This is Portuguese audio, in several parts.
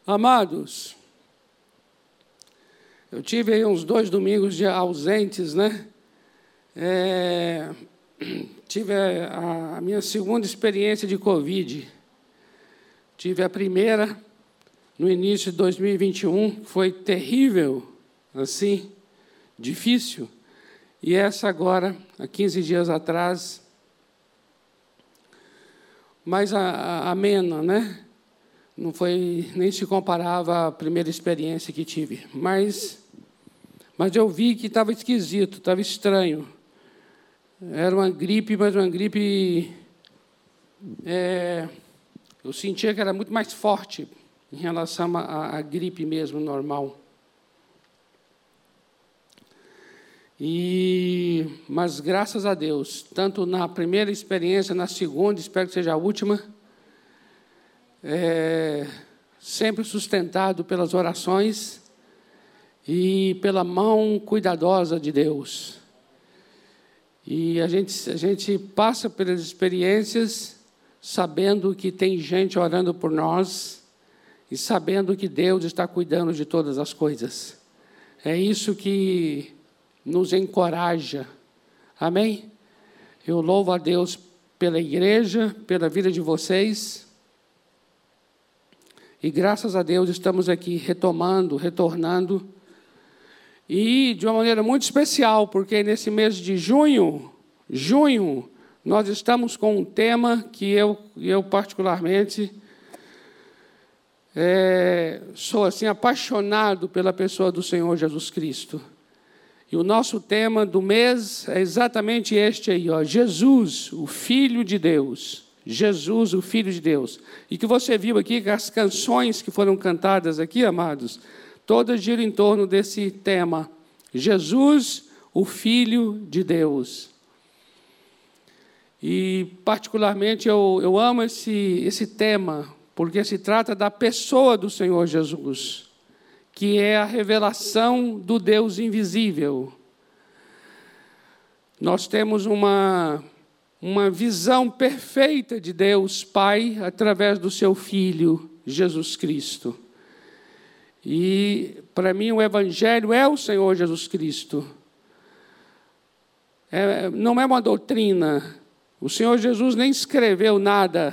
Amados, eu tive aí uns 2 domingos de ausentes, né? Tive a minha segunda experiência de Covid. Tive a primeira no início de 2021, que foi terrível, assim, difícil. E essa agora, há 15 dias atrás, mais amena, né? Não foi, nem se comparava à primeira experiência que tive. Mas eu vi que estava esquisito, estava estranho. Era uma gripe, mas uma gripe... eu sentia que era muito mais forte em relação à gripe mesmo, normal. Mas, graças a Deus, tanto na primeira experiência, na segunda, espero que seja a última, sempre sustentado pelas orações e pela mão cuidadosa de Deus. E a gente passa pelas experiências sabendo que tem gente orando por nós e sabendo que Deus está cuidando de todas as coisas. É isso que nos encoraja. Amém? Eu louvo a Deus pela igreja, pela vida de vocês. E graças a Deus estamos aqui retornando. E de uma maneira muito especial, porque nesse mês de junho, nós estamos com um tema que eu particularmente sou assim apaixonado pela pessoa do Senhor Jesus Cristo. E o nosso tema do mês é exatamente este aí, ó, Jesus, o Filho de Deus. Jesus, o Filho de Deus. E que você viu aqui que as canções que foram cantadas aqui, amados, todas giram em torno desse tema. Jesus, o Filho de Deus. E, particularmente, eu amo esse tema, porque se trata da pessoa do Senhor Jesus, que é a revelação do Deus invisível. Nós temos uma visão perfeita de Deus Pai através do seu Filho, Jesus Cristo. E, para mim, o Evangelho é o Senhor Jesus Cristo. Não é uma doutrina. O Senhor Jesus nem escreveu nada.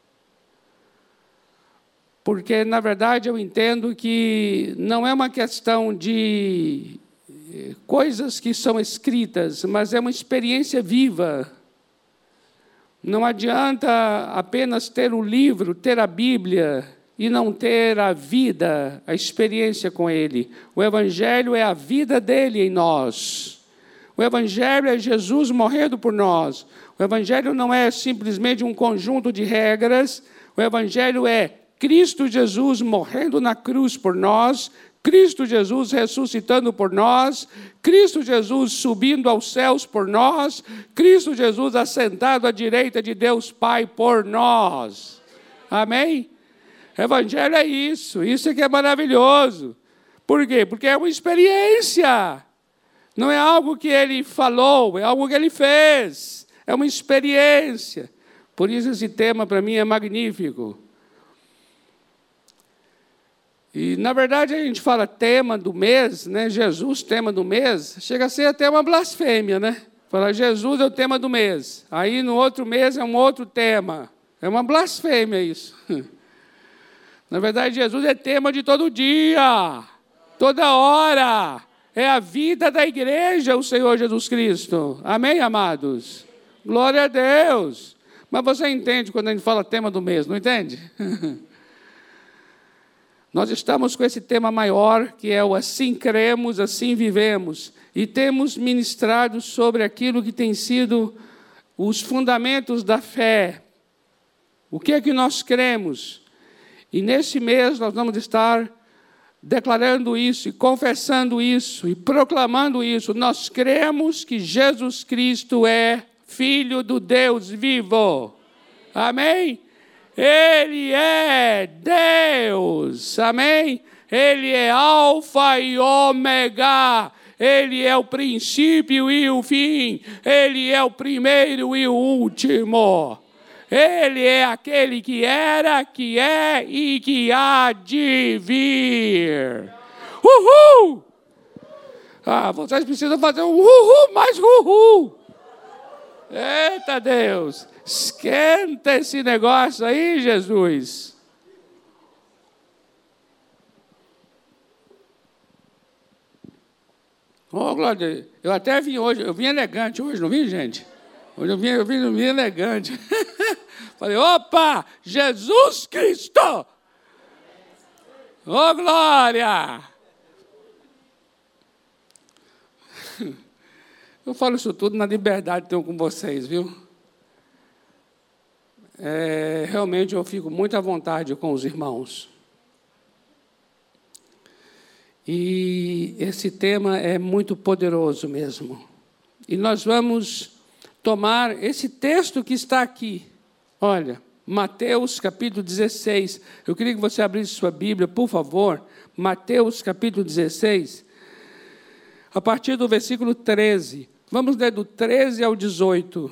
Porque, na verdade, eu entendo que não é uma questão de coisas que são escritas, mas é uma experiência viva. Não adianta apenas ter o livro, ter a Bíblia, e não ter a vida, a experiência com Ele. O Evangelho é a vida dEle em nós. O Evangelho é Jesus morrendo por nós. O Evangelho não é simplesmente um conjunto de regras. O Evangelho é Cristo Jesus morrendo na cruz por nós, Cristo Jesus ressuscitando por nós, Cristo Jesus subindo aos céus por nós, Cristo Jesus assentado à direita de Deus Pai por nós. Amém? Evangelho é isso é que é maravilhoso. Por quê? Porque é uma experiência. Não é algo que ele falou, é algo que ele fez. É uma experiência. Por isso esse tema para mim é magnífico. E, na verdade, a gente fala tema do mês, né? Jesus, tema do mês, chega a ser até uma blasfêmia, né? Falar Jesus é o tema do mês. Aí, no outro mês, é um outro tema. É uma blasfêmia isso. Na verdade, Jesus é tema de todo dia, toda hora. É a vida da igreja, o Senhor Jesus Cristo. Amém, amados? Glória a Deus. Mas você entende quando a gente fala tema do mês, não entende? Nós estamos com esse tema maior, que é o assim cremos, assim vivemos. E temos ministrado sobre aquilo que tem sido os fundamentos da fé. O que é que nós cremos? E nesse mês nós vamos estar declarando isso, e confessando isso, e proclamando isso. Nós cremos que Jesus Cristo é Filho do Deus vivo. Amém? Ele é Deus. Amém? Ele é Alfa e Ômega. Ele é o princípio e o fim. Ele é o primeiro e o último. Ele é aquele que era, que é e que há de vir. Uhul! Vocês precisam fazer um uhul, mais uhul. Eita Deus! Esquenta esse negócio aí, Jesus. Oh, glória, eu até vim hoje, eu vim elegante hoje, não vim, gente? Hoje eu vim elegante. Falei, opa, Jesus Cristo! Oh, glória! Eu falo isso tudo na liberdade que tenho com vocês, viu? Realmente eu fico muito à vontade com os irmãos. E esse tema é muito poderoso mesmo. E nós vamos tomar esse texto que está aqui. Olha, Mateus capítulo 16. Eu queria que você abrisse sua Bíblia, por favor. Mateus capítulo 16, a partir do versículo 13. Vamos ler do 13 ao 18.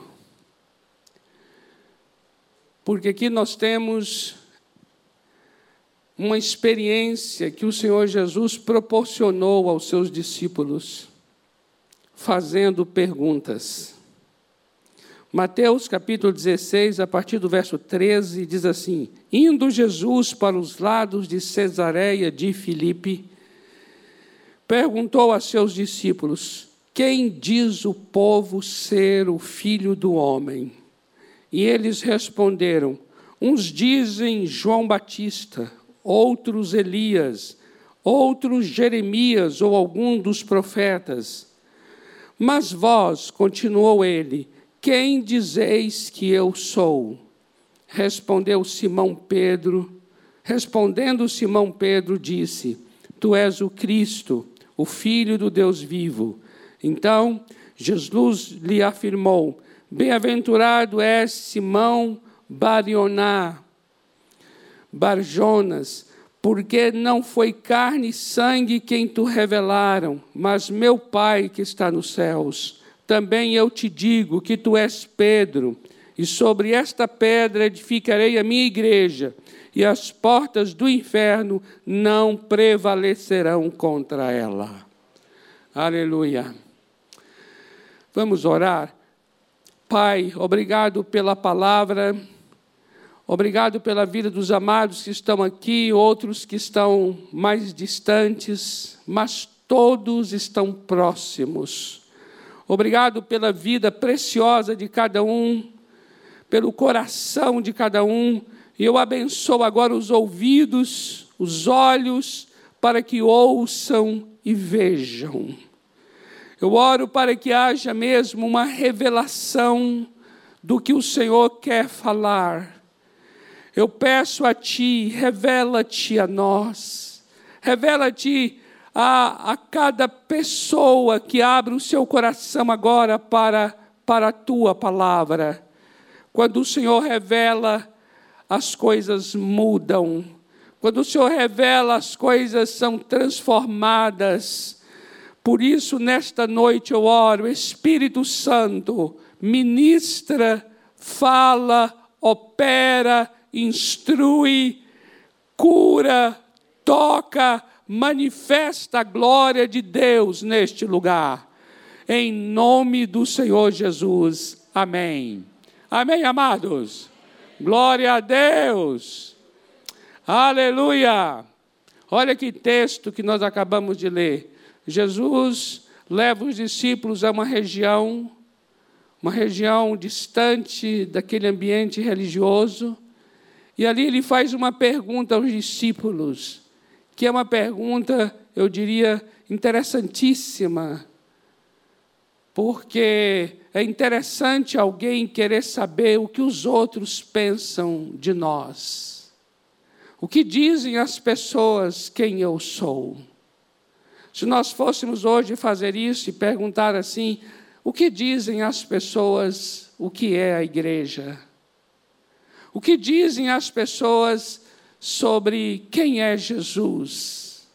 Porque aqui nós temos uma experiência que o Senhor Jesus proporcionou aos seus discípulos, fazendo perguntas. Mateus capítulo 16, a partir do verso 13, diz assim: Indo Jesus para os lados de Cesareia de Filipe, perguntou a seus discípulos: Quem diz o povo ser o Filho do Homem? E eles responderam: Uns dizem João Batista, outros Elias, outros Jeremias ou algum dos profetas. Mas vós, continuou ele, quem dizeis que eu sou? Respondendo Simão Pedro, disse: Tu és o Cristo, o Filho do Deus vivo. Então, Jesus lhe afirmou: Bem-aventurado és Simão Barjonas, porque não foi carne e sangue quem te revelaram, mas meu Pai que está nos céus. Também eu te digo que tu és Pedro, e sobre esta pedra edificarei a minha igreja, e as portas do inferno não prevalecerão contra ela. Aleluia. Vamos orar. Pai, obrigado pela palavra. Obrigado pela vida dos amados que estão aqui, outros que estão mais distantes, mas todos estão próximos. Obrigado pela vida preciosa de cada um, pelo coração de cada um, e eu abençoo agora os ouvidos, os olhos, para que ouçam e vejam. Eu oro para que haja mesmo uma revelação do que o Senhor quer falar. Eu peço a Ti, revela-te a nós, revela-te a cada pessoa que abre o seu coração agora para a Tua palavra. Quando o Senhor revela, as coisas mudam. Quando o Senhor revela, as coisas são transformadas. Por isso, nesta noite eu oro, Espírito Santo, ministra, fala, opera, instrui, cura, toca, manifesta a glória de Deus neste lugar. Em nome do Senhor Jesus. Amém. Amém, amados? Glória a Deus. Aleluia. Olha que texto que nós acabamos de ler. Jesus leva os discípulos a uma região distante daquele ambiente religioso, e ali ele faz uma pergunta aos discípulos, que é uma pergunta, eu diria, interessantíssima, porque é interessante alguém querer saber o que os outros pensam de nós. O que dizem as pessoas quem eu sou? Se nós fôssemos hoje fazer isso e perguntar assim, o que dizem as pessoas o que é a igreja? O que dizem as pessoas sobre quem é Jesus?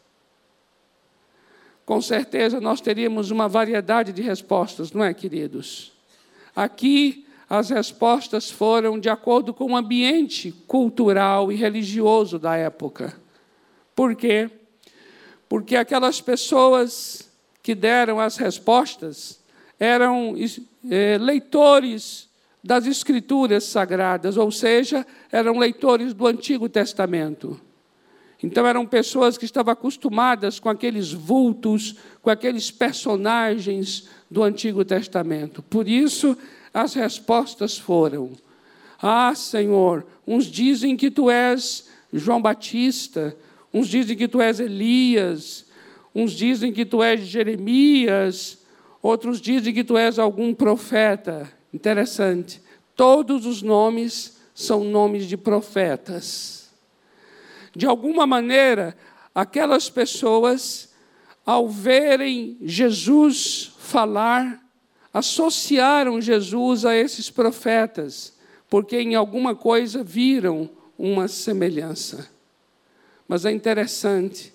Com certeza nós teríamos uma variedade de respostas, não é, queridos? Aqui as respostas foram de acordo com o ambiente cultural e religioso da época. Por quê? Porque aquelas pessoas que deram as respostas eram leitores das Escrituras Sagradas, ou seja, eram leitores do Antigo Testamento. Então, eram pessoas que estavam acostumadas com aqueles vultos, com aqueles personagens do Antigo Testamento. Por isso, as respostas foram: ah, Senhor, uns dizem que Tu és João Batista, uns dizem que Tu és Elias, uns dizem que Tu és Jeremias, outros dizem que Tu és algum profeta. Interessante. Todos os nomes são nomes de profetas. De alguma maneira, aquelas pessoas, ao verem Jesus falar, associaram Jesus a esses profetas, porque em alguma coisa viram uma semelhança. Mas é interessante.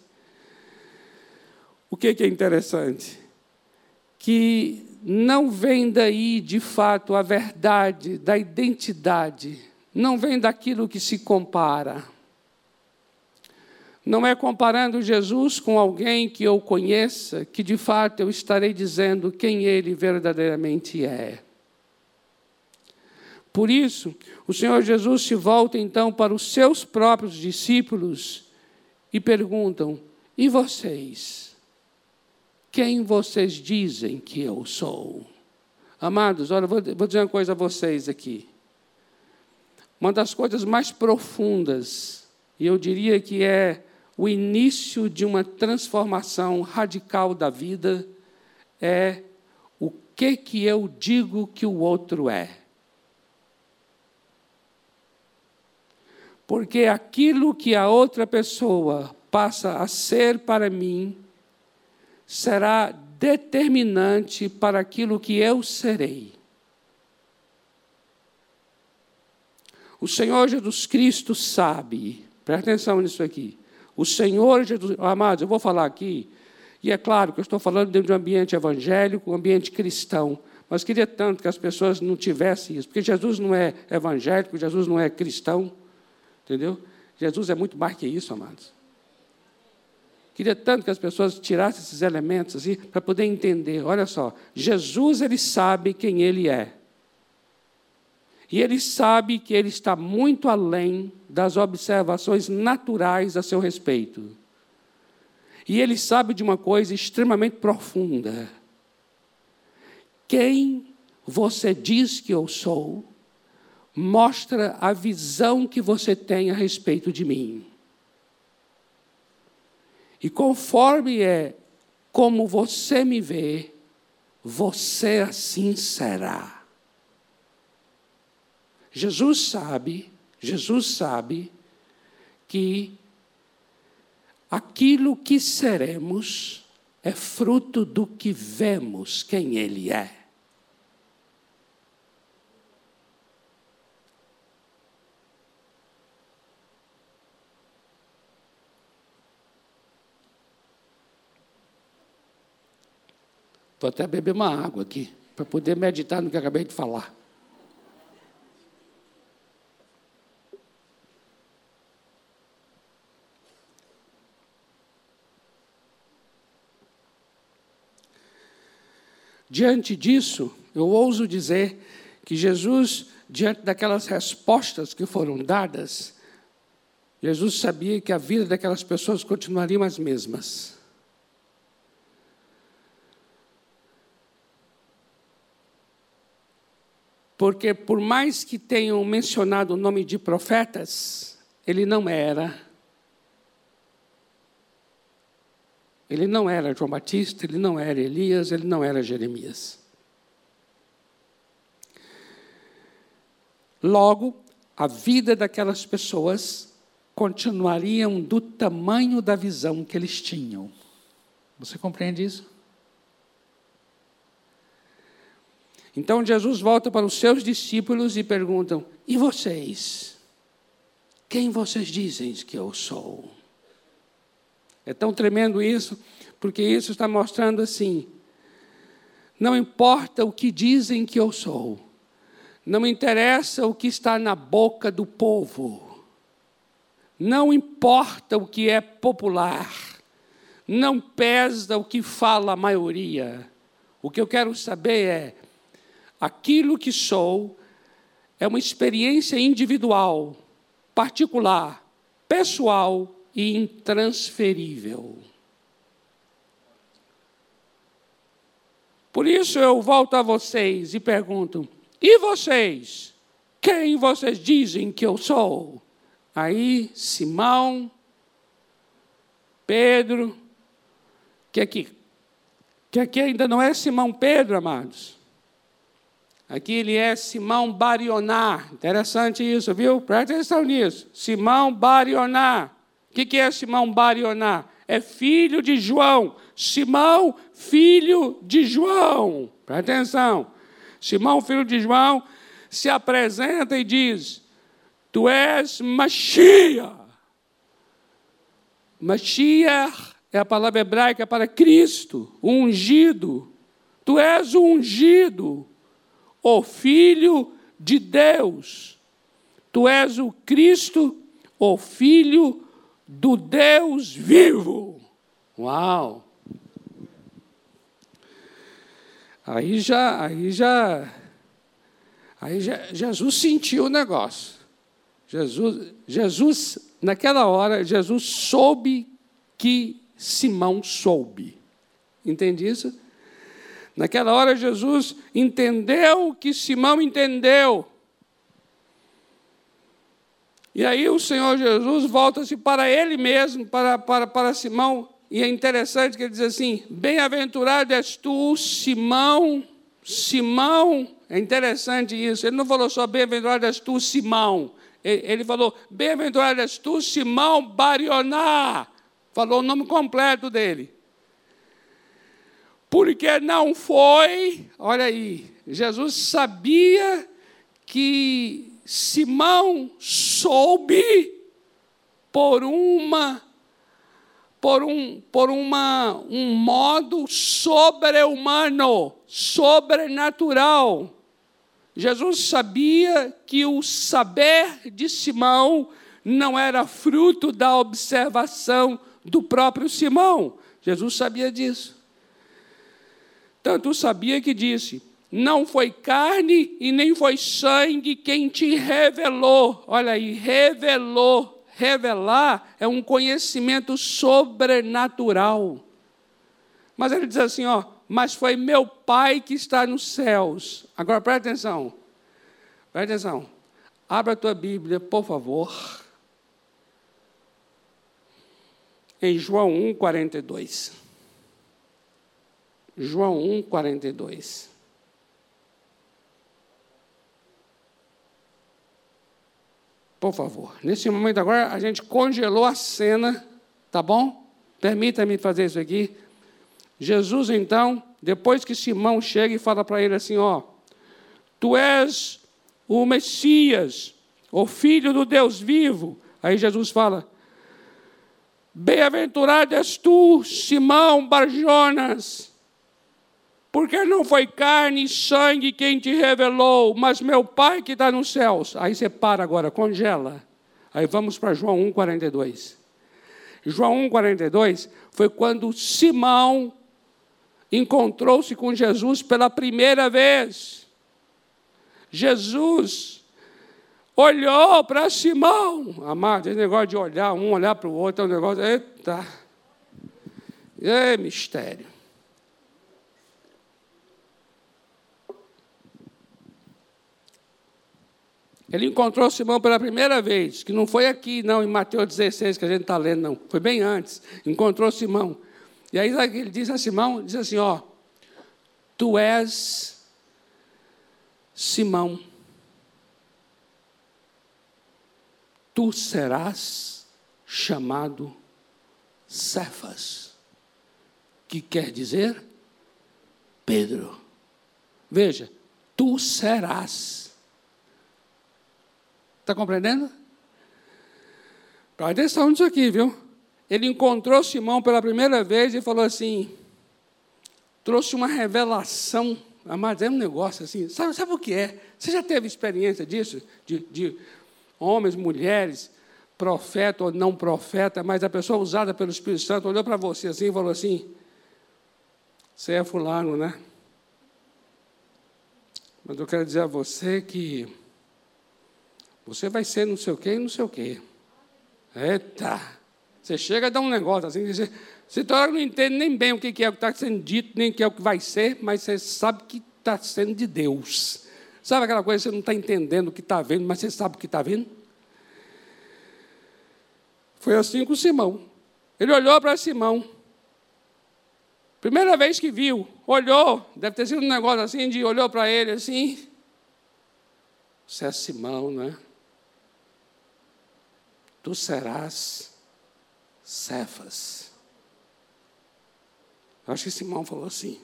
O que é interessante? Que não vem daí, de fato, a verdade da identidade, não vem daquilo que se compara. Não é comparando Jesus com alguém que eu conheça, que de fato eu estarei dizendo quem Ele verdadeiramente é. Por isso, o Senhor Jesus se volta então para os seus próprios discípulos e perguntam: e vocês? Quem vocês dizem que eu sou? Amados, olha, vou dizer uma coisa a vocês aqui. Uma das coisas mais profundas, e eu diria que é o início de uma transformação radical da vida, é o que eu digo que o outro é. Porque aquilo que a outra pessoa passa a ser para mim será determinante para aquilo que eu serei. O Senhor Jesus Cristo sabe, presta atenção nisso aqui, o Senhor Jesus, amados, eu vou falar aqui, e é claro que eu estou falando dentro de um ambiente evangélico, um ambiente cristão, mas queria tanto que as pessoas não tivessem isso, porque Jesus não é evangélico, Jesus não é cristão, entendeu? Jesus é muito mais que isso, amados. Queria tanto que as pessoas tirassem esses elementos assim, para poder entender. Olha só, Jesus, Ele sabe quem Ele é. E Ele sabe que Ele está muito além das observações naturais a seu respeito. E Ele sabe de uma coisa extremamente profunda. Quem você diz que eu sou, mostra a visão que você tem a respeito de mim. E conforme é como você me vê, você assim será. Jesus sabe que aquilo que seremos é fruto do que vemos quem Ele é. Vou até beber uma água aqui, para poder meditar no que eu acabei de falar. Diante disso, eu ouso dizer que Jesus, diante daquelas respostas que foram dadas, Jesus sabia que a vida daquelas pessoas continuaria as mesmas. Porque, por mais que tenham mencionado o nome de profetas, ele não era. Ele não era João Batista, ele não era Elias, ele não era Jeremias. Logo, a vida daquelas pessoas continuariam do tamanho da visão que eles tinham. Você compreende isso? Então, Jesus volta para os seus discípulos e perguntam: e vocês? Quem vocês dizem que eu sou? É tão tremendo isso, porque isso está mostrando assim: não importa o que dizem que eu sou, Não interessa o que está na boca do povo. Não importa o que é popular. Não pesa o que fala a maioria. O que eu quero saber é, aquilo que sou é uma experiência individual, particular, pessoal e intransferível. Por isso eu volto a vocês e pergunto, e vocês? Quem vocês dizem que eu sou? Aí, Simão, Pedro, que aqui ainda não é Simão Pedro, amados. Aqui ele é Simão Bar-Ioná. Interessante isso, viu? Presta atenção nisso. Simão Bar-Ioná. O que é Simão Bar-Ioná? É filho de João. Simão, filho de João. Presta atenção. Simão, filho de João, se apresenta e diz, tu és Mashiach. Mashiach é a palavra hebraica para Cristo, o ungido. Tu és o ungido, o Filho de Deus. Tu és o Cristo, o Filho do Deus vivo. Uau! Aí Jesus sentiu o negócio. Jesus, naquela hora, Jesus soube que Simão soube. Entende isso? Naquela hora, Jesus entendeu que Simão entendeu. E aí o Senhor Jesus volta-se para ele mesmo, para Simão. E é interessante que ele diz assim, bem-aventurado és tu, Simão. Simão, é interessante isso. Ele não falou só bem-aventurado és tu, Simão. Ele falou, bem-aventurado és tu, Simão Bar-Ioná. Falou o nome completo dele. Porque não foi, olha aí, Jesus sabia que Simão soube por um modo sobre-humano, sobrenatural. Jesus sabia que o saber de Simão não era fruto da observação do próprio Simão. Jesus sabia disso. Tanto sabia que disse, não foi carne e nem foi sangue quem te revelou. Olha aí, revelou. Revelar é um conhecimento sobrenatural. Mas ele diz assim, ó, mas foi meu Pai que está nos céus. Agora, presta atenção. Presta atenção. Abra a tua Bíblia, por favor. Em João 1:42. João 1:42. Por favor. Nesse momento agora, a gente congelou a cena, tá bom? Permita-me fazer isso aqui. Jesus, então, depois que Simão chega e fala para ele assim, ó, tu és o Messias, o Filho do Deus vivo. Aí Jesus fala, bem-aventurado és tu, Simão Bar-Jonas, porque não foi carne e sangue quem te revelou, mas meu Pai que está nos céus. Aí você para agora, congela. Aí vamos para João 1:42. João 1:42 foi quando Simão encontrou-se com Jesus pela primeira vez. Jesus olhou para Simão. Amado, esse negócio de olhar, um olhar para o outro, é um negócio... Eita! É mistério. Ele encontrou Simão pela primeira vez, que não foi aqui, não, em Mateus 16, que a gente está lendo, não. Foi bem antes. Encontrou Simão. E aí ele diz a Simão, diz assim, ó, tu és Simão. Tu serás chamado Cefas, que quer dizer Pedro. Veja, tu serás. Está compreendendo? Presta atenção nisso aqui, viu? Ele encontrou Simão pela primeira vez e falou assim, trouxe uma revelação Amados, é um negócio assim. Sabe o que é? Você já teve experiência disso? De homens, mulheres, profeta ou não profeta, mas a pessoa usada pelo Espírito Santo olhou para você assim e falou assim: você é fulano, né? Mas eu quero dizer a você que você vai ser não sei o quê e não sei o quê. Eita! Você chega a dar um negócio assim, você não entende nem bem o que é o que está sendo dito, nem o que é o que vai ser, mas você sabe que está sendo de Deus. Sabe aquela coisa que você não está entendendo o que está vendo, mas você sabe o que está vendo? Foi assim com Simão. Ele olhou para Simão. Primeira vez que viu, olhou, deve ter sido um negócio assim, olhou para ele assim. Você é Simão, não é? Tu serás Cefas. Eu acho que Simão falou assim.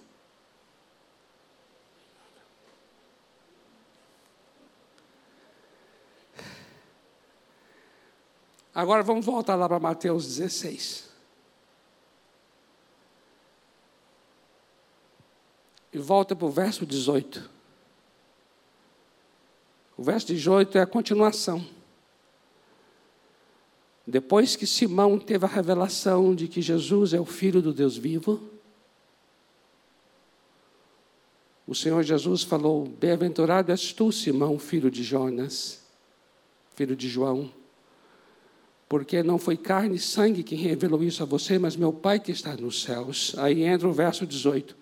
Agora vamos voltar lá para Mateus 16. E volta para o verso 18. O verso 18 é a continuação. Depois que Simão teve a revelação de que Jesus é o Filho do Deus vivo, o Senhor Jesus falou: bem-aventurado és tu, Simão, filho de Jonas, filho de João, porque não foi carne e sangue que revelou isso a você, mas meu Pai que está nos céus. Aí entra o verso 18.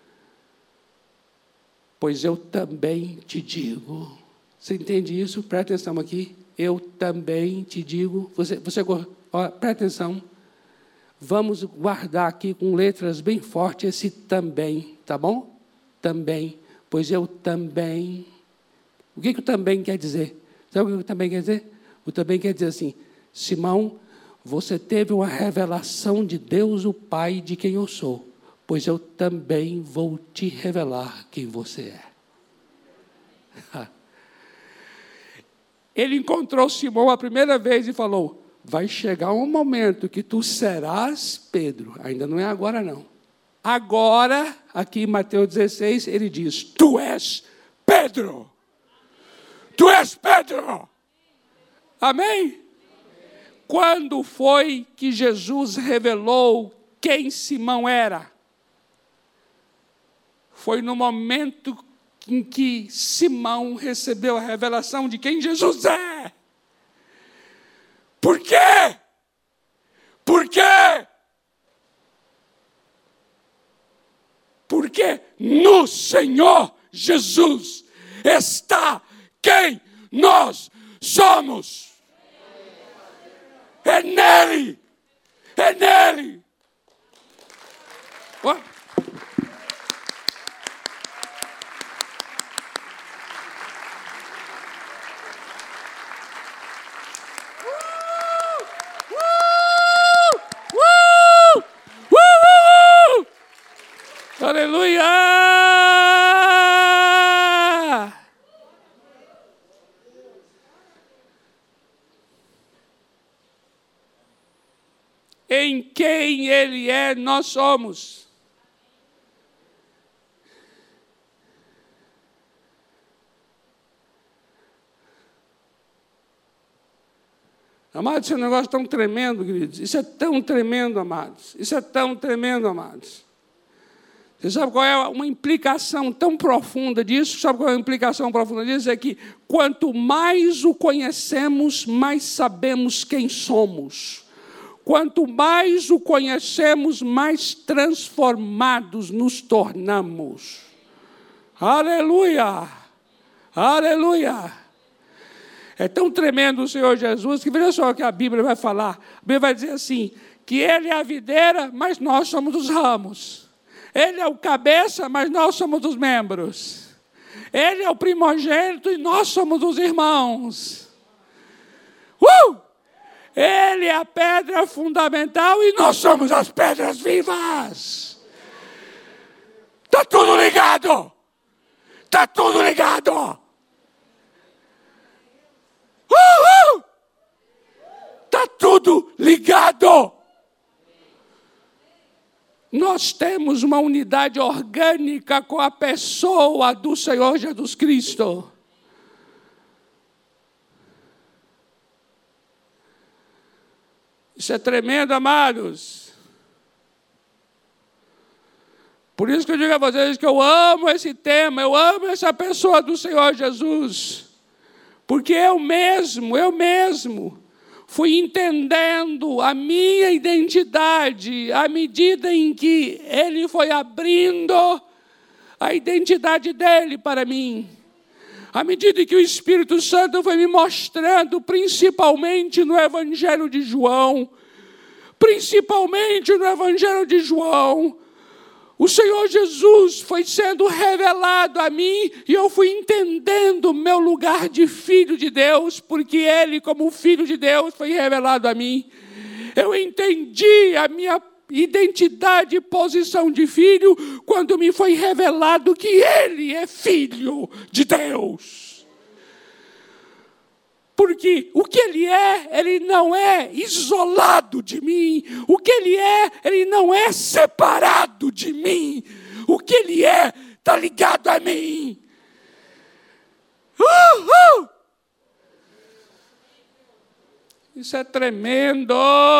Pois eu também te digo. Você entende isso? Presta atenção aqui. Eu também te digo. Presta atenção. Vamos guardar aqui com letras bem fortes esse também, tá bom? Também. Pois eu também. O que o também quer dizer? Sabe o que o também quer dizer? O também quer dizer assim: Simão, você teve uma revelação de Deus, o Pai, de quem eu sou. Pois eu também vou te revelar quem você é. Ele encontrou Simão a primeira vez e falou: vai chegar um momento que tu serás Pedro. Ainda não é agora, não. Agora, aqui em Mateus 16, ele diz: tu és Pedro. Tu és Pedro. Amém? Quando foi que Jesus revelou quem Simão era? Foi no momento em que Simão recebeu a revelação de quem Jesus é. Por quê? Por quê? Porque no Senhor Jesus está quem nós somos. É nele. É nele. Aleluia! Em quem Ele é, nós somos. Amados, esse é um negócio tão tremendo, queridos. Isso é tão tremendo, amados. Isso é tão tremendo, amados. Você sabe qual é uma implicação tão profunda disso? Sabe qual é a implicação profunda disso? É que quanto mais o conhecemos, mais sabemos quem somos. Quanto mais o conhecemos, mais transformados nos tornamos. Aleluia! Aleluia! É tão tremendo o Senhor Jesus que veja só o que a Bíblia vai falar. A Bíblia vai dizer assim, que Ele é a videira, mas nós somos os ramos. Ele é o cabeça, mas nós somos os membros. Ele é o primogênito e nós somos os irmãos. Ele é a pedra fundamental e nós somos as pedras vivas. Está tudo ligado. Está tudo ligado. Está tudo ligado. nós temos uma unidade orgânica com a pessoa do Senhor Jesus Cristo. Isso é tremendo, amados. Por isso que eu digo a vocês que eu amo esse tema, eu amo essa pessoa do Senhor Jesus. Porque eu mesmo fui entendendo a minha identidade à medida em que Ele foi abrindo a identidade dEle para mim. À medida que o Espírito Santo foi me mostrando, principalmente no Evangelho de João, o Senhor Jesus foi sendo revelado a mim e eu fui entendendo o meu lugar de filho de Deus, porque Ele, como filho de Deus, foi revelado a mim. Eu entendi a minha identidade e posição de filho quando me foi revelado que Ele é filho de Deus. Porque o que Ele não é isolado de mim. O que Ele não é separado de mim. O que Ele está ligado a mim. Isso é tremendo.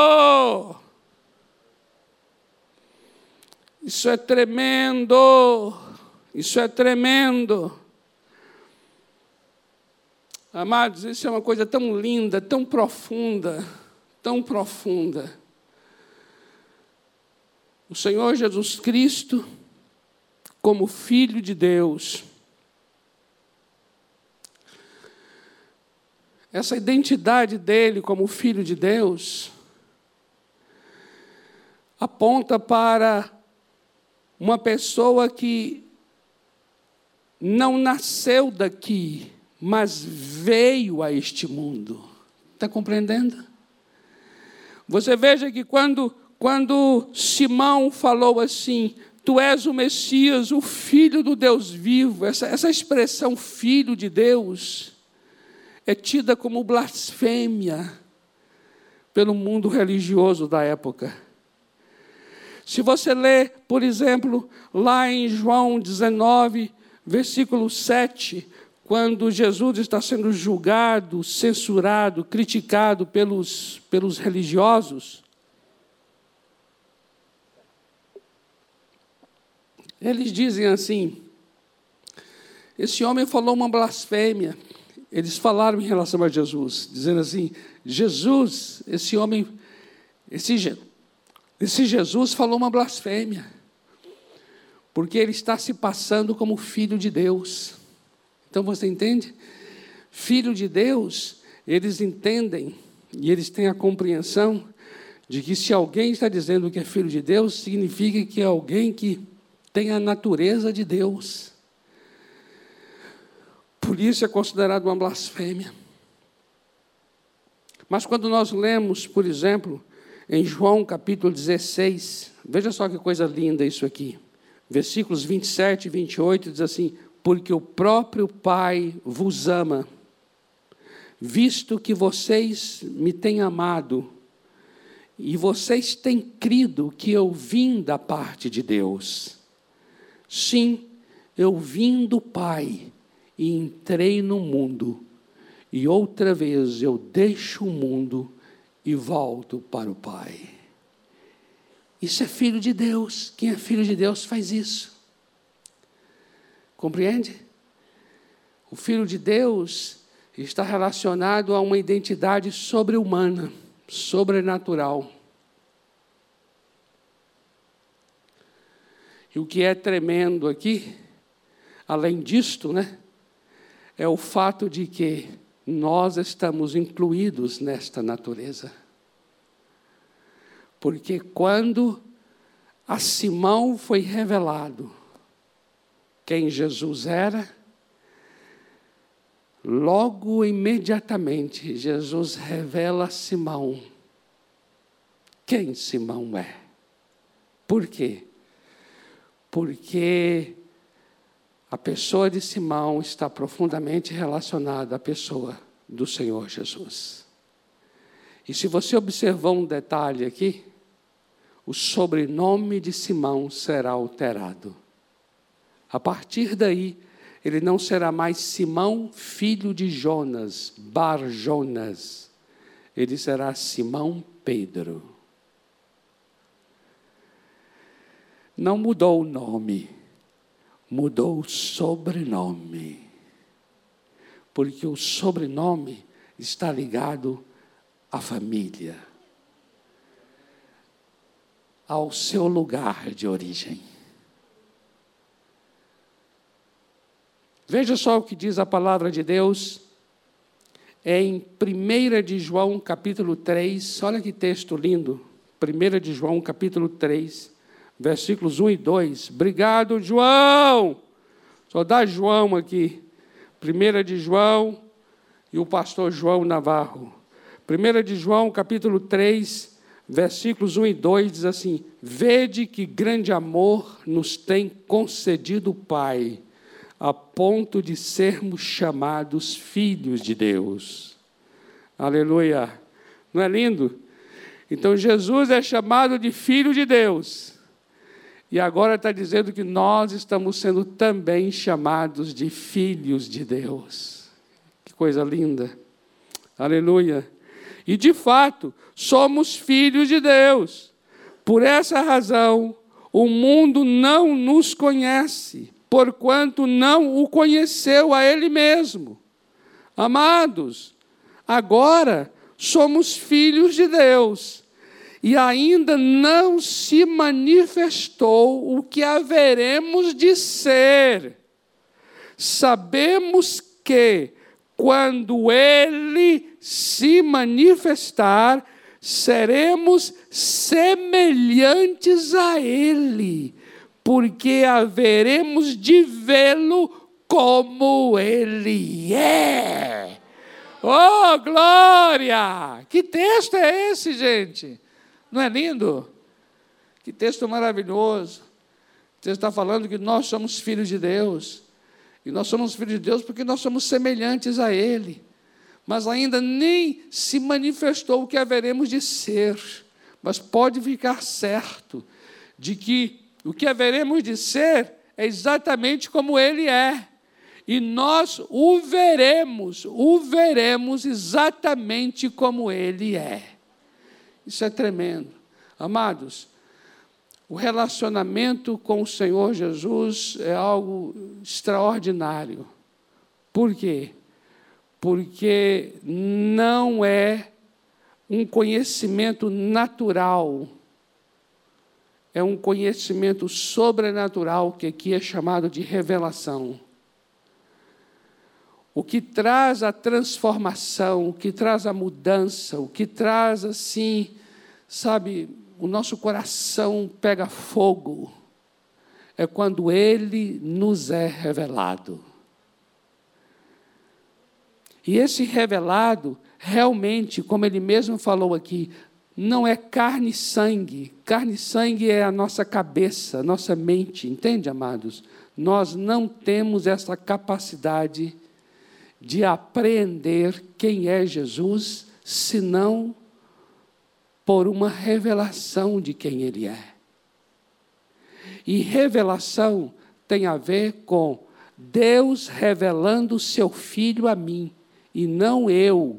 Isso é tremendo. Isso é tremendo. Amados, isso é uma coisa tão linda, tão profunda, tão profunda. O Senhor Jesus Cristo, como Filho de Deus, essa identidade dele como Filho de Deus, aponta para uma pessoa que não nasceu daqui, mas veio a este mundo. Está compreendendo? Você veja que quando Simão falou assim, tu és o Messias, o Filho do Deus vivo, essa expressão Filho de Deus é tida como blasfêmia pelo mundo religioso da época. Se você ler, por exemplo, lá em João 19, versículo 7, quando Jesus está sendo julgado, censurado, criticado pelos religiosos, eles dizem assim, esse homem falou uma blasfêmia. Eles falaram em relação a Jesus, dizendo assim, Jesus, esse Jesus falou uma blasfêmia, porque ele está se passando como filho de Deus. Então você entende? Filho de Deus, eles entendem e eles têm a compreensão de que se alguém está dizendo que é filho de Deus, significa que é alguém que tem a natureza de Deus. Por isso é considerado uma blasfêmia. Mas quando nós lemos, por exemplo, em João capítulo 16, veja só que coisa linda isso aqui. Versículos 27 e 28 diz assim, porque o próprio Pai vos ama, visto que vocês me têm amado, e vocês têm crido que eu vim da parte de Deus. Sim, eu vim do Pai, e entrei no mundo, e outra vez eu deixo o mundo e volto para o Pai. Isso é filho de Deus. Quem é filho de Deus faz isso. Compreende? O Filho de Deus está relacionado a uma identidade sobre-humana, sobrenatural. E o que é tremendo aqui, além disto, é o fato de que nós estamos incluídos nesta natureza. Porque quando a Simão foi revelado quem Jesus era, logo, imediatamente, Jesus revela a Simão quem Simão é. Por quê? Porque a pessoa de Simão está profundamente relacionada à pessoa do Senhor Jesus. E se você observar um detalhe aqui, o sobrenome de Simão será alterado. A partir daí, ele não será mais Simão, filho de Jonas, Bar-Jonas. Ele será Simão Pedro. Não mudou o nome, mudou o sobrenome. Porque o sobrenome está ligado à família, ao seu lugar de origem. Veja só o que diz a palavra de Deus em 1 de João, capítulo 3. Olha que texto lindo. 1 de João, capítulo 3, versículos 1 e 2. Obrigado, João. Só dá João aqui. 1 de João e o pastor João Navarro. 1 de João, capítulo 3, versículos 1 e 2, diz assim: Vede que grande amor nos tem concedido o Pai, a ponto de sermos chamados filhos de Deus. Aleluia! Não é lindo? Então Jesus é chamado de filho de Deus. E agora está dizendo que nós estamos sendo também chamados de filhos de Deus. Que coisa linda. Aleluia. E de fato, somos filhos de Deus. Por essa razão, o mundo não nos conhece, porquanto não o conheceu a Ele mesmo. Amados, agora somos filhos de Deus. E ainda não se manifestou o que haveremos de ser. Sabemos que, quando Ele se manifestar, seremos semelhantes a Ele, porque haveremos de vê-lo como Ele é. Oh, glória! Que texto é esse, gente? Não é lindo? Que texto maravilhoso. O texto está falando que nós somos filhos de Deus. E nós somos filhos de Deus porque nós somos semelhantes a Ele. Mas ainda nem se manifestou o que haveremos de ser. Mas pode ficar certo de que o que haveremos de ser é exatamente como Ele é. E nós o veremos exatamente como Ele é. Isso é tremendo. Amados, o relacionamento com o Senhor Jesus é algo extraordinário. Por quê? Porque não é um conhecimento natural, é um conhecimento sobrenatural, que aqui é chamado de revelação. O que traz a transformação, o que traz a mudança, o que traz, assim, sabe, o nosso coração pega fogo, é quando Ele nos é revelado. E esse revelado, realmente, como Ele mesmo falou aqui, não é carne e sangue. Carne e sangue é a nossa cabeça, a nossa mente, entende, amados? Nós não temos essa capacidade de apreender quem é Jesus, senão por uma revelação de quem Ele é. E revelação tem a ver com Deus revelando o seu Filho a mim, e não eu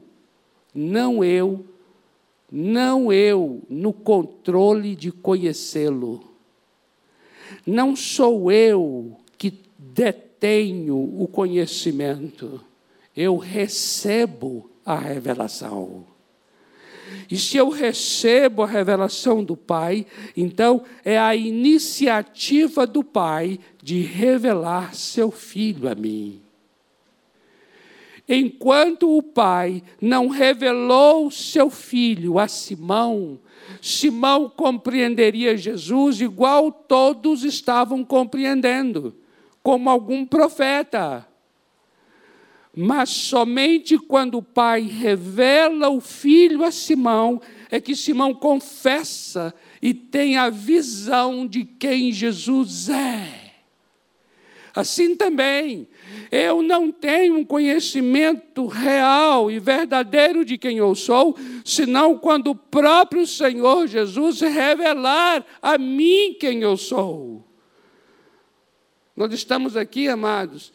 no controle de conhecê-lo. Não sou eu que detenho o conhecimento, eu recebo a revelação. E se eu recebo a revelação do Pai, então é a iniciativa do Pai de revelar seu Filho a mim. Enquanto o Pai não revelou seu Filho a Simão, Simão compreenderia Jesus igual todos estavam compreendendo, como algum profeta. Mas somente quando o Pai revela o Filho a Simão, é que Simão confessa e tem a visão de quem Jesus é. Assim também, eu não tenho um conhecimento real e verdadeiro de quem eu sou, senão quando o próprio Senhor Jesus revelar a mim quem eu sou. Nós estamos aqui, amados,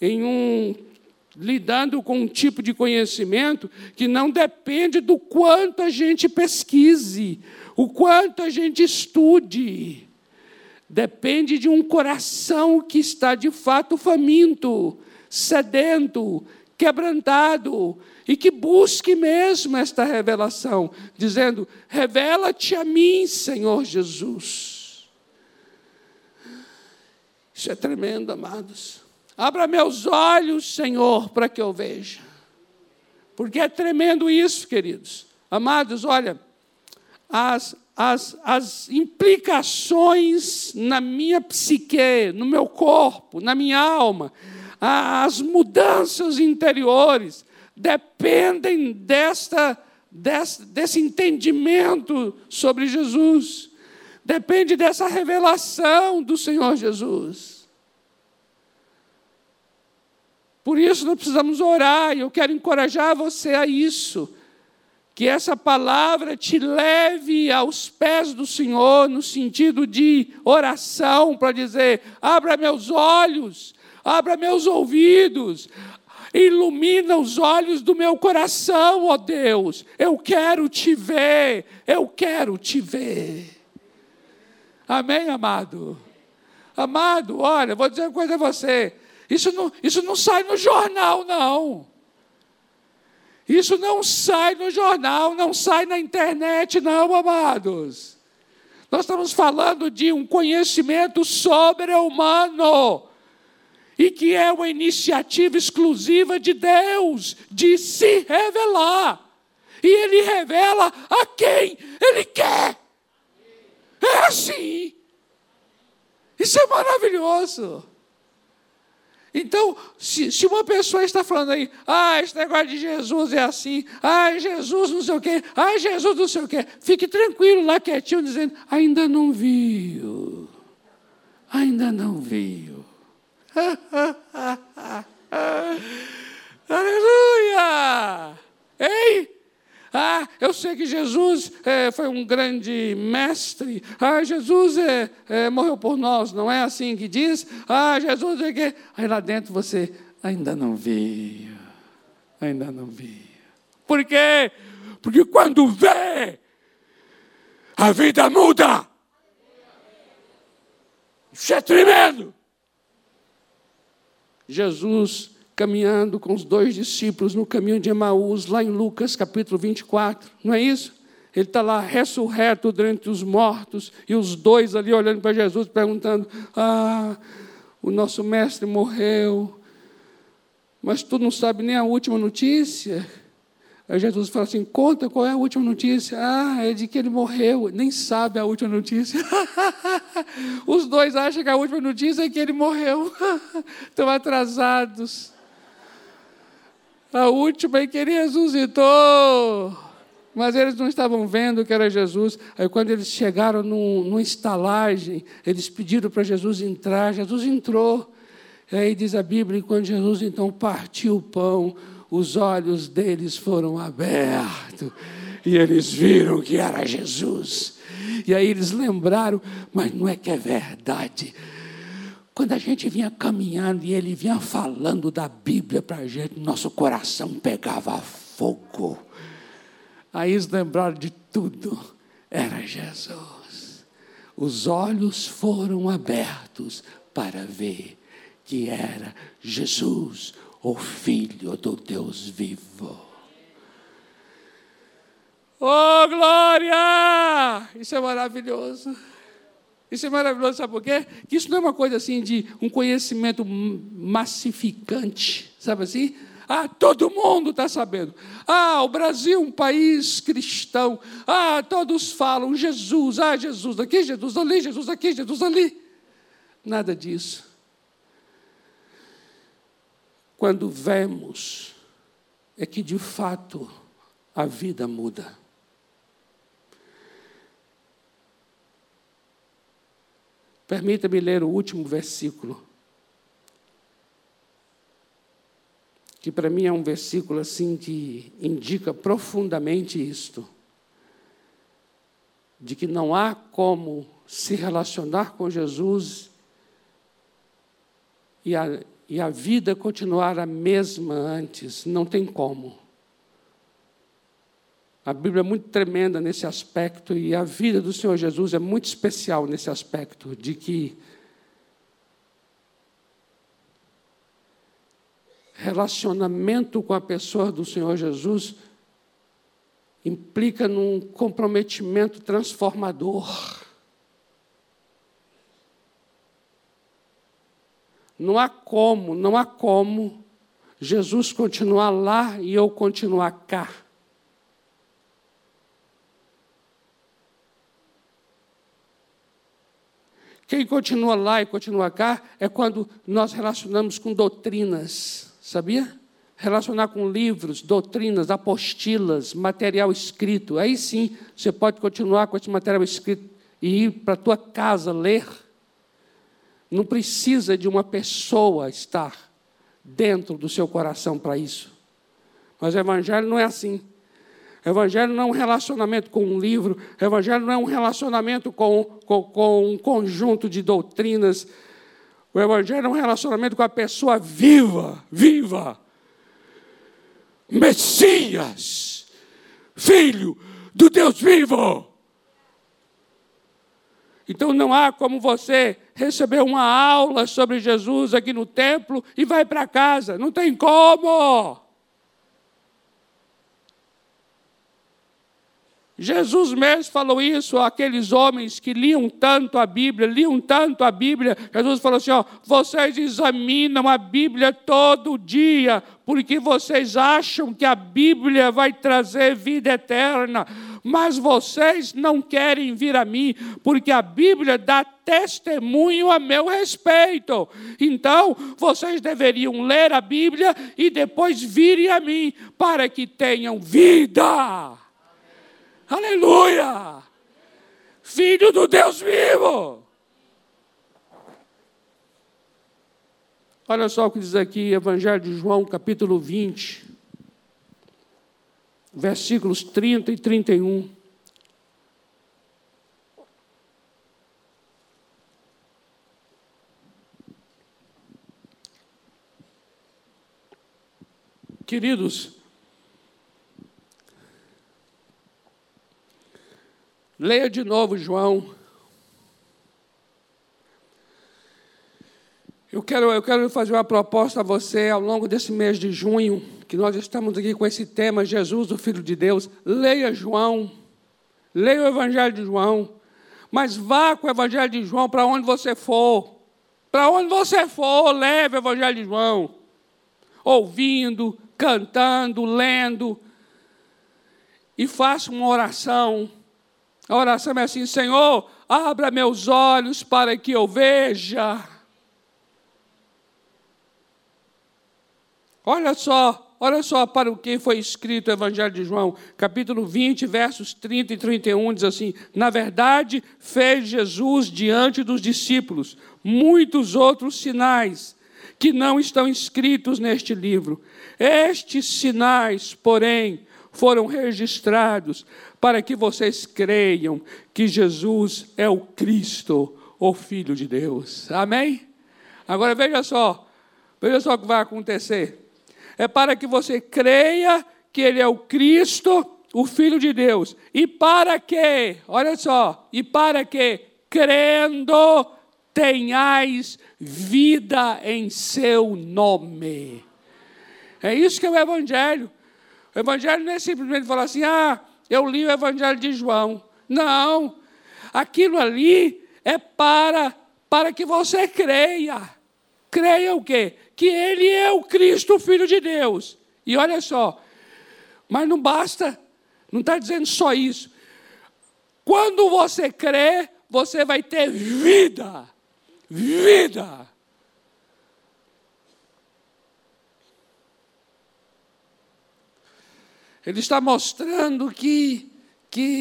lidando com um tipo de conhecimento que não depende do quanto a gente pesquise, o quanto a gente estude. Depende de um coração que está de fato faminto, sedento, quebrantado, e que busque mesmo esta revelação, dizendo: revela-te a mim, Senhor Jesus. Isso é tremendo, amados. Abra meus olhos, Senhor, para que eu veja. Porque é tremendo isso, queridos. Amados, olha, as implicações na minha psique, no meu corpo, na minha alma, as mudanças interiores dependem desse entendimento sobre Jesus. Depende dessa revelação do Senhor Jesus. Por isso nós precisamos orar, e eu quero encorajar você a isso. Que essa palavra te leve aos pés do Senhor, no sentido de oração, para dizer: abra meus olhos, abra meus ouvidos, ilumina os olhos do meu coração, ó Deus. Eu quero te ver, eu quero te ver. Amém, amado? Amado, olha, vou dizer uma coisa a você. Isso não sai no jornal, não. Isso não sai no jornal, não sai na internet, não, amados. Nós estamos falando de um conhecimento sobre-humano, e que é uma iniciativa exclusiva de Deus, de se revelar. E Ele revela a quem Ele quer. É assim. Isso é maravilhoso. Então, se uma pessoa está falando aí: esse negócio de Jesus é assim, Jesus não sei o quê, Jesus não sei o quê, fique tranquilo lá, quietinho, dizendo: ainda não viu, ainda não viu. Aleluia! Ei! Eu sei que Jesus foi um grande mestre. Jesus morreu por nós, não é assim que diz? Jesus é que... Aí lá dentro você ainda não viu. Ainda não viu. Por quê? Porque quando vê, a vida muda. Isso é tremendo. Jesus caminhando com os 2 discípulos no caminho de Emaús, lá em Lucas, capítulo 24, não é isso? Ele está lá ressurreto dentre os mortos, e os 2 ali olhando para Jesus, perguntando: o nosso mestre morreu, mas tu não sabe nem a última notícia? Aí Jesus fala assim: conta qual é a última notícia. É de que ele morreu, nem sabe a última notícia. Os 2 acham que a última notícia é que ele morreu. Estão atrasados. A última é que ele ressuscitou. Mas eles não estavam vendo que era Jesus. Aí quando eles chegaram numa estalagem, eles pediram para Jesus entrar. Jesus entrou. E aí diz a Bíblia, e quando Jesus então partiu o pão, os olhos deles foram abertos. E eles viram que era Jesus. E aí eles lembraram: mas não é que é verdade? Quando a gente vinha caminhando e ele vinha falando da Bíblia para a gente, nosso coração pegava fogo. Aí eles lembraram de tudo. Era Jesus. Os olhos foram abertos para ver que era Jesus, o Filho do Deus vivo. Oh, glória! Isso é maravilhoso. Isso é maravilhoso, sabe por quê? Que isso não é uma coisa assim de um conhecimento massificante, sabe assim? Todo mundo está sabendo. O Brasil é um país cristão. Todos falam Jesus. Jesus aqui, Jesus ali, Jesus aqui, Jesus ali. Nada disso. Quando vemos, é que de fato a vida muda. Permita-me ler o último versículo que para mim é um versículo assim que indica profundamente isto, de que não há como se relacionar com Jesus e a vida continuar a mesma antes, não tem como. A Bíblia é muito tremenda nesse aspecto, e a vida do Senhor Jesus é muito especial nesse aspecto, de que relacionamento com a pessoa do Senhor Jesus implica num comprometimento transformador. Não há como Jesus continuar lá e eu continuar cá. Quem continua lá e continua cá é quando nós relacionamos com doutrinas, sabia? Relacionar com livros, doutrinas, apostilas, material escrito. Aí sim, você pode continuar com esse material escrito e ir para a tua casa ler. Não precisa de uma pessoa estar dentro do seu coração para isso. Mas o Evangelho não é assim. O Evangelho não é um relacionamento com um livro. O Evangelho não é um relacionamento com um conjunto de doutrinas. O Evangelho é um relacionamento com a pessoa viva. Messias, Filho do Deus vivo. Então não há como você receber uma aula sobre Jesus aqui no templo e vai para casa. Não tem como. Jesus mesmo falou isso àqueles homens que liam tanto a Bíblia. Jesus falou assim, vocês examinam a Bíblia todo dia, porque vocês acham que a Bíblia vai trazer vida eterna, mas vocês não querem vir a mim, porque a Bíblia dá testemunho a meu respeito. Então, vocês deveriam ler a Bíblia e depois virem a mim, para que tenham vida. Aleluia! Filho do Deus vivo! Olha só o que diz aqui, Evangelho de João, capítulo 20, versículos 30 e 31. Queridos, leia de novo João. Eu quero fazer uma proposta a você ao longo desse mês de junho, que nós estamos aqui com esse tema, Jesus, o Filho de Deus. Leia João, leia o Evangelho de João, mas vá com o Evangelho de João para onde você for. Para onde você for, leve o Evangelho de João. Ouvindo, cantando, lendo. E faça uma oração. A oração é assim, Senhor, abra meus olhos para que eu veja. Olha só para o que foi escrito o Evangelho de João, capítulo 20, versos 30 e 31, diz assim, na verdade, fez Jesus diante dos discípulos muitos outros sinais que não estão escritos neste livro. Estes sinais, porém, foram registrados para que vocês creiam que Jesus é o Cristo, o Filho de Deus. Amém? Agora veja só o que vai acontecer. É para que você creia que Ele é o Cristo, o Filho de Deus. E para que, olha só, e para que, crendo, tenhais vida em seu nome. É isso que é o Evangelho. O Evangelho não é simplesmente falar assim, eu li o Evangelho de João. Não, aquilo ali é para que você creia. Creia o quê? Que Ele é o Cristo, o Filho de Deus. E olha só, mas não basta, não está dizendo só isso. Quando você crê, você vai ter vida. Vida. Ele está mostrando que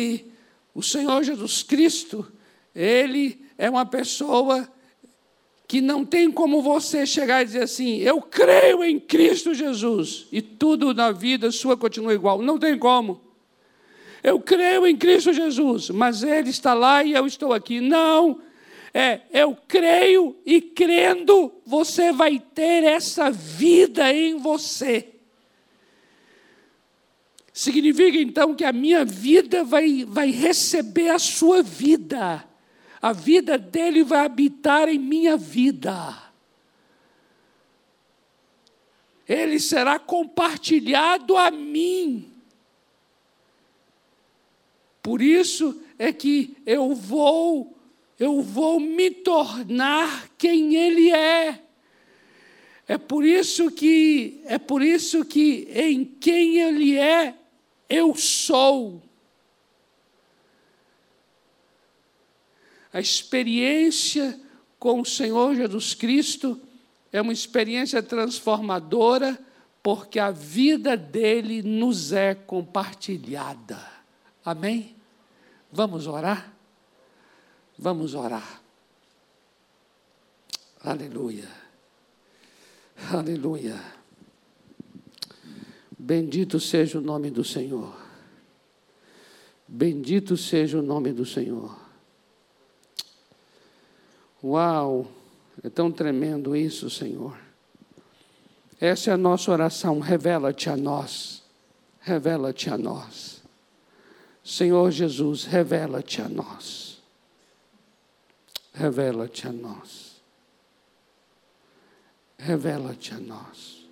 o Senhor Jesus Cristo, Ele é uma pessoa que não tem como você chegar e dizer assim, eu creio em Cristo Jesus, e tudo na vida sua continua igual. Não tem como. Eu creio em Cristo Jesus, mas Ele está lá e eu estou aqui. Não, eu creio e crendo, você vai ter essa vida em você. Significa então que a minha vida vai receber a sua vida. A vida dele vai habitar em minha vida. Ele será compartilhado a mim. Por isso é que eu vou me tornar quem ele é. É por isso que em quem ele é, eu sou. A experiência com o Senhor Jesus Cristo é uma experiência transformadora, porque a vida dele nos é compartilhada. Amém? Vamos orar? Vamos orar. Aleluia. Aleluia. Bendito seja o nome do Senhor. Bendito seja o nome do Senhor. Uau, é tão tremendo isso, Senhor. Essa é a nossa oração, revela-te a nós. Revela-te a nós. Senhor Jesus, revela-te a nós. Revela-te a nós. Revela-te a nós.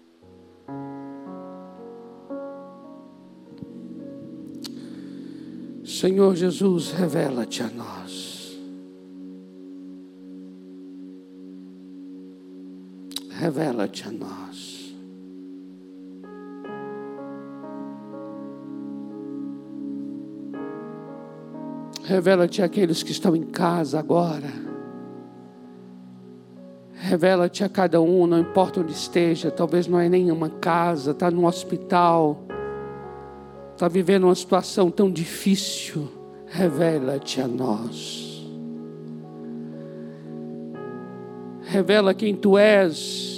Senhor Jesus, revela-te a nós. Revela-te a nós. Revela-te àqueles que estão em casa agora. Revela-te a cada um, não importa onde esteja. Talvez não é nenhuma casa, está num hospital, está vivendo uma situação tão difícil. Revela-te a nós. Revela quem tu és.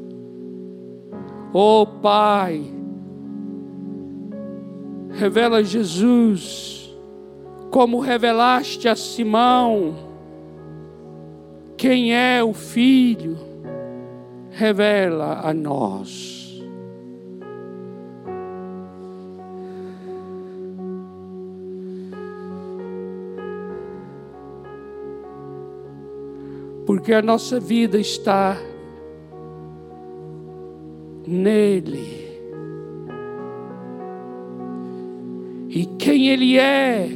Oh Pai, revela Jesus, como revelaste a Simão, quem é o Filho, revela a nós. Porque a nossa vida está nele. E quem ele é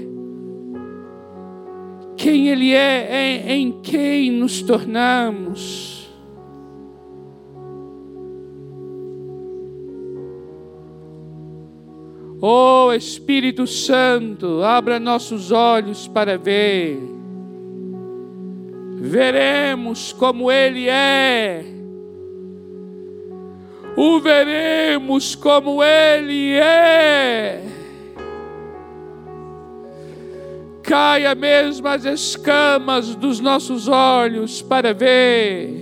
em quem nos tornamos. Oh Espírito Santo, abra nossos olhos para ver. Veremos como ele é. O veremos como ele é. Caia mesmo as escamas dos nossos olhos para ver.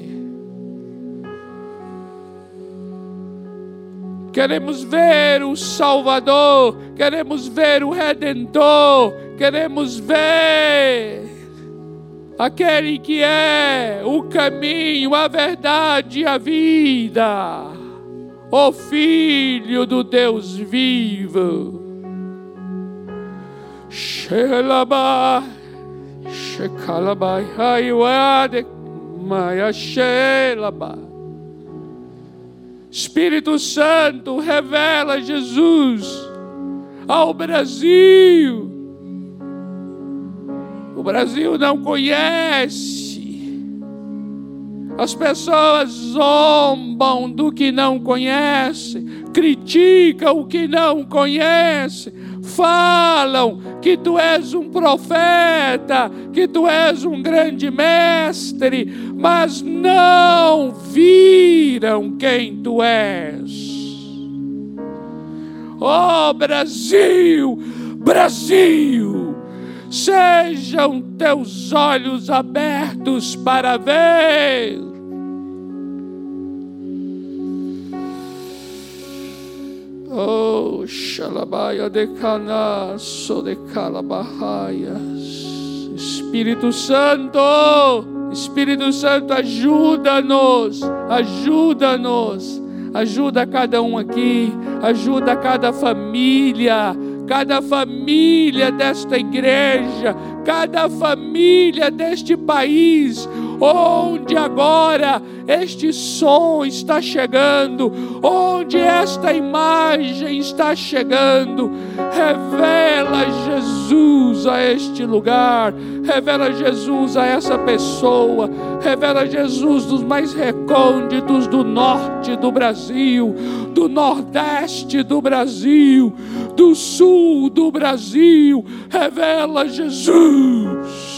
Queremos ver o Salvador, queremos ver o Redentor, queremos ver aquele que é o caminho, a verdade e a vida, o Filho do Deus vivo. Shelabai, Shekalabai, Haiwade, Maya Shelabai. Espírito Santo, revela Jesus ao Brasil. O Brasil não conhece. As pessoas zombam do que não conhece, criticam o que não conhece, falam que tu és um profeta, que tu és um grande mestre, mas não viram quem tu és. Oh Brasil, Brasil, Sejam teus olhos abertos para ver. Oh, Xalabaia de Cana, so de Calabahaias. Espírito Santo, ajuda-nos, ajuda cada um aqui, ajuda cada família desta igreja, cada família deste país, onde agora este som está chegando, onde esta imagem está chegando. Revela Jesus a este lugar, revela Jesus a essa pessoa, revela Jesus dos mais recônditos do norte do Brasil, do nordeste do Brasil, do sul do Brasil. Revela Jesus.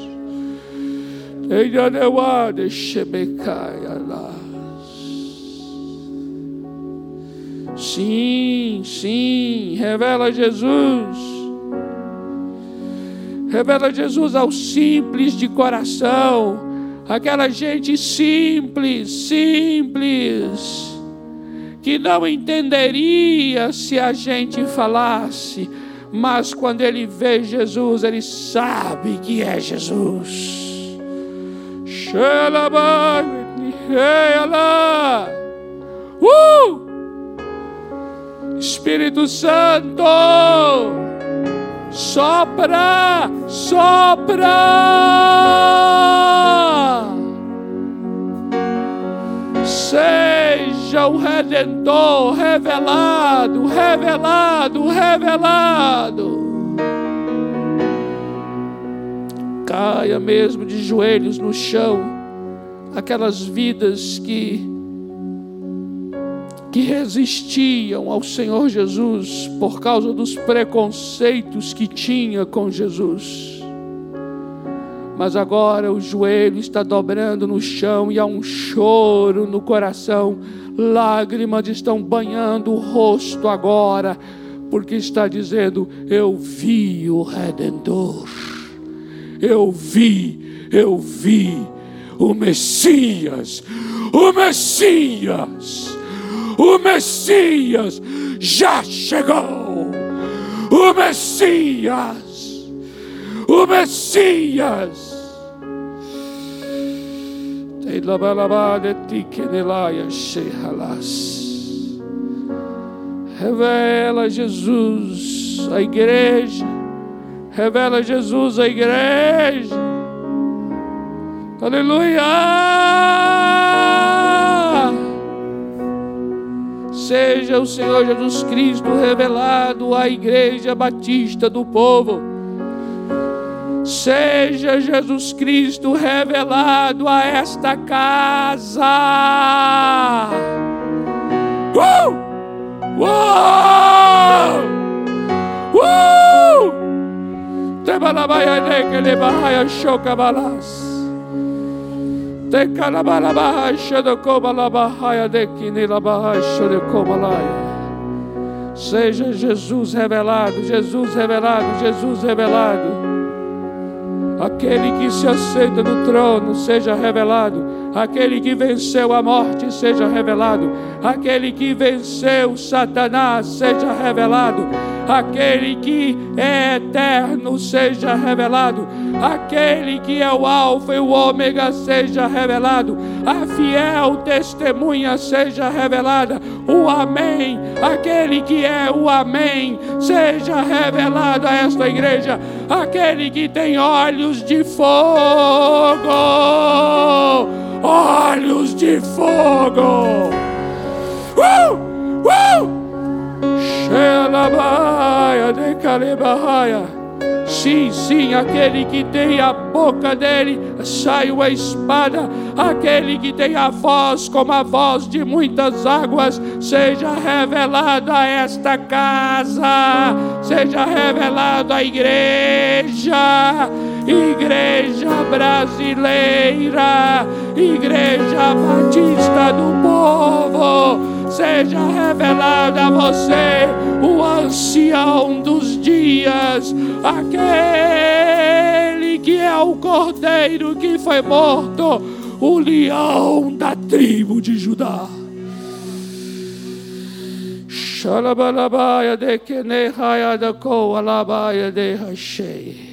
Sim, revela Jesus. Revela Jesus aos simples de coração, aquela gente simples, que não entenderia se a gente falasse, mas quando ele vê Jesus, ele sabe que é Jesus. Espírito Santo, sopra. Seja o Redentor revelado. Caia mesmo de joelhos no chão aquelas vidas que resistiam ao Senhor Jesus por causa dos preconceitos que tinha com Jesus. Mas agora o joelho está dobrando no chão e há um choro no coração. Lágrimas estão banhando o rosto agora, porque está dizendo: eu vi o Redentor. Eu vi o Messias. O Messias já chegou. O Messias. Revela Jesus à igreja. Aleluia! Seja o Senhor Jesus Cristo revelado à Igreja Batista do Povo. Seja Jesus Cristo revelado a esta casa. Seja Jesus revelado. Aquele que se assenta no trono seja revelado. Aquele que venceu a morte seja revelado. Aquele que venceu Satanás seja revelado. Aquele que é eterno seja revelado. Aquele que é o alfa e o ômega seja revelado. A fiel testemunha seja revelada. O amém, aquele que é o amém, seja revelado a esta igreja. Aquele que tem olhos de fogo, olhos de fogo. Sim, aquele que tem a boca dele sai uma espada, aquele que tem a voz como a voz de muitas águas, seja revelado a esta casa, seja revelado à igreja brasileira, Igreja Batista do Povo. seja revelado a você o ancião dos dias, aquele que é o cordeiro que foi morto, o leão da tribo de Judá. Shalabalabaya de kenehaya da ko alabaya de hashei.